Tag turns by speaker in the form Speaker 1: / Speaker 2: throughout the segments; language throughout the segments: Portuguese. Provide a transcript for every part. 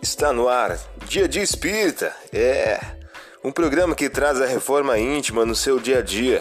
Speaker 1: Está no ar, Dia de Espírita, um programa que traz a reforma íntima no seu dia a dia.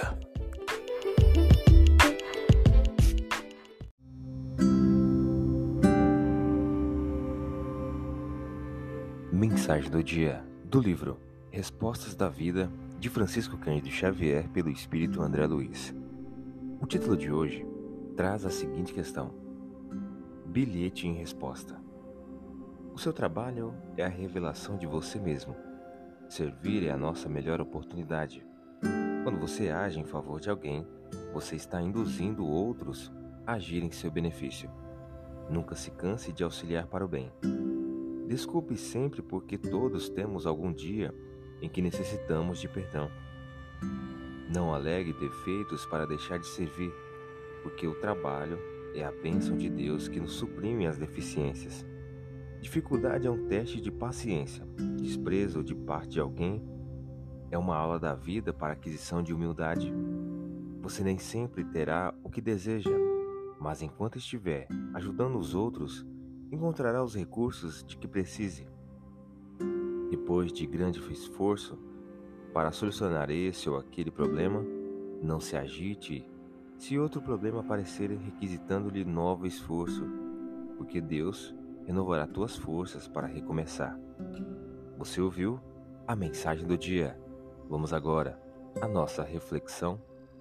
Speaker 2: Mensagem do dia, do livro Respostas da Vida, de Francisco Cândido Xavier, pelo Espírito André Luiz. O título de hoje traz a seguinte questão: bilhete em resposta. O seu trabalho é a revelação de você mesmo. Servir é a nossa melhor oportunidade. Quando você age em favor de alguém, você está induzindo outros a agir em seu benefício. Nunca se canse de auxiliar para o bem. Desculpe sempre, porque todos temos algum dia em que necessitamos de perdão. Não alegue defeitos para deixar de servir, porque o trabalho é a bênção de Deus que nos suprime as deficiências. Dificuldade é um teste de paciência. Desprezo de parte de alguém é uma aula da vida para aquisição de humildade. Você nem sempre terá o que deseja, mas enquanto estiver ajudando os outros, encontrará os recursos de que precise. Depois de grande esforço para solucionar esse ou aquele problema, não se agite se outro problema aparecer requisitando-lhe novo esforço, porque Deus renovará tuas forças para recomeçar. Você ouviu a mensagem do dia. Vamos agora à nossa reflexão.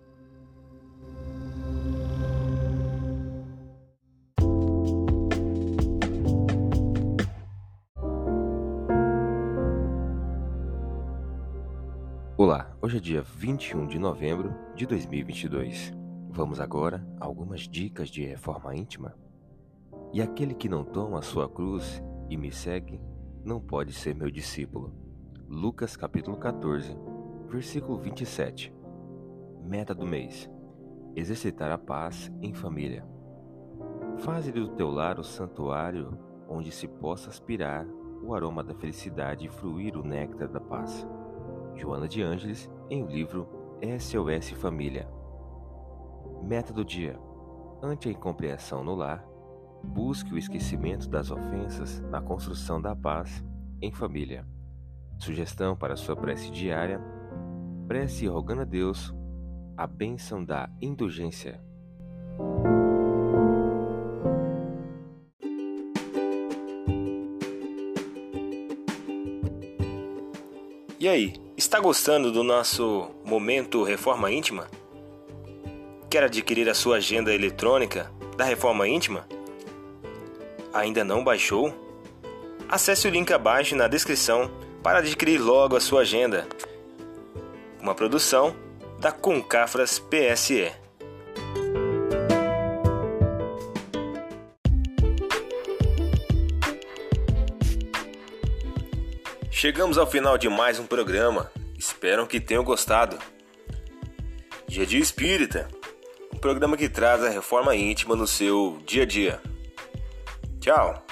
Speaker 2: Olá, hoje é dia 21 de novembro de 2022. Vamos agora a algumas dicas de reforma íntima. E aquele que não toma a sua cruz e me segue, não pode ser meu discípulo. Lucas capítulo 14, versículo 27. Meta do mês: exercitar a paz em família. Faze do teu lar o santuário onde se possa aspirar o aroma da felicidade e fruir o néctar da paz. Joana de Ângeles, em o livro SOS Família. Meta do dia: ante a incompreensão no lar, busque o esquecimento das ofensas na construção da paz em família. Sugestão para sua prece diária: prece rogando a Deus a bênção da indulgência.
Speaker 1: E aí, está gostando do nosso momento Reforma Íntima? Quer adquirir a sua agenda eletrônica da Reforma Íntima? Ainda não baixou? Acesse o link abaixo na descrição para adquirir logo a sua agenda. Uma produção da Concafras PSE. Chegamos ao final de mais um programa. Espero que tenham gostado. Dia de Espírita, um programa que traz a reforma íntima no seu dia a dia. Tchau!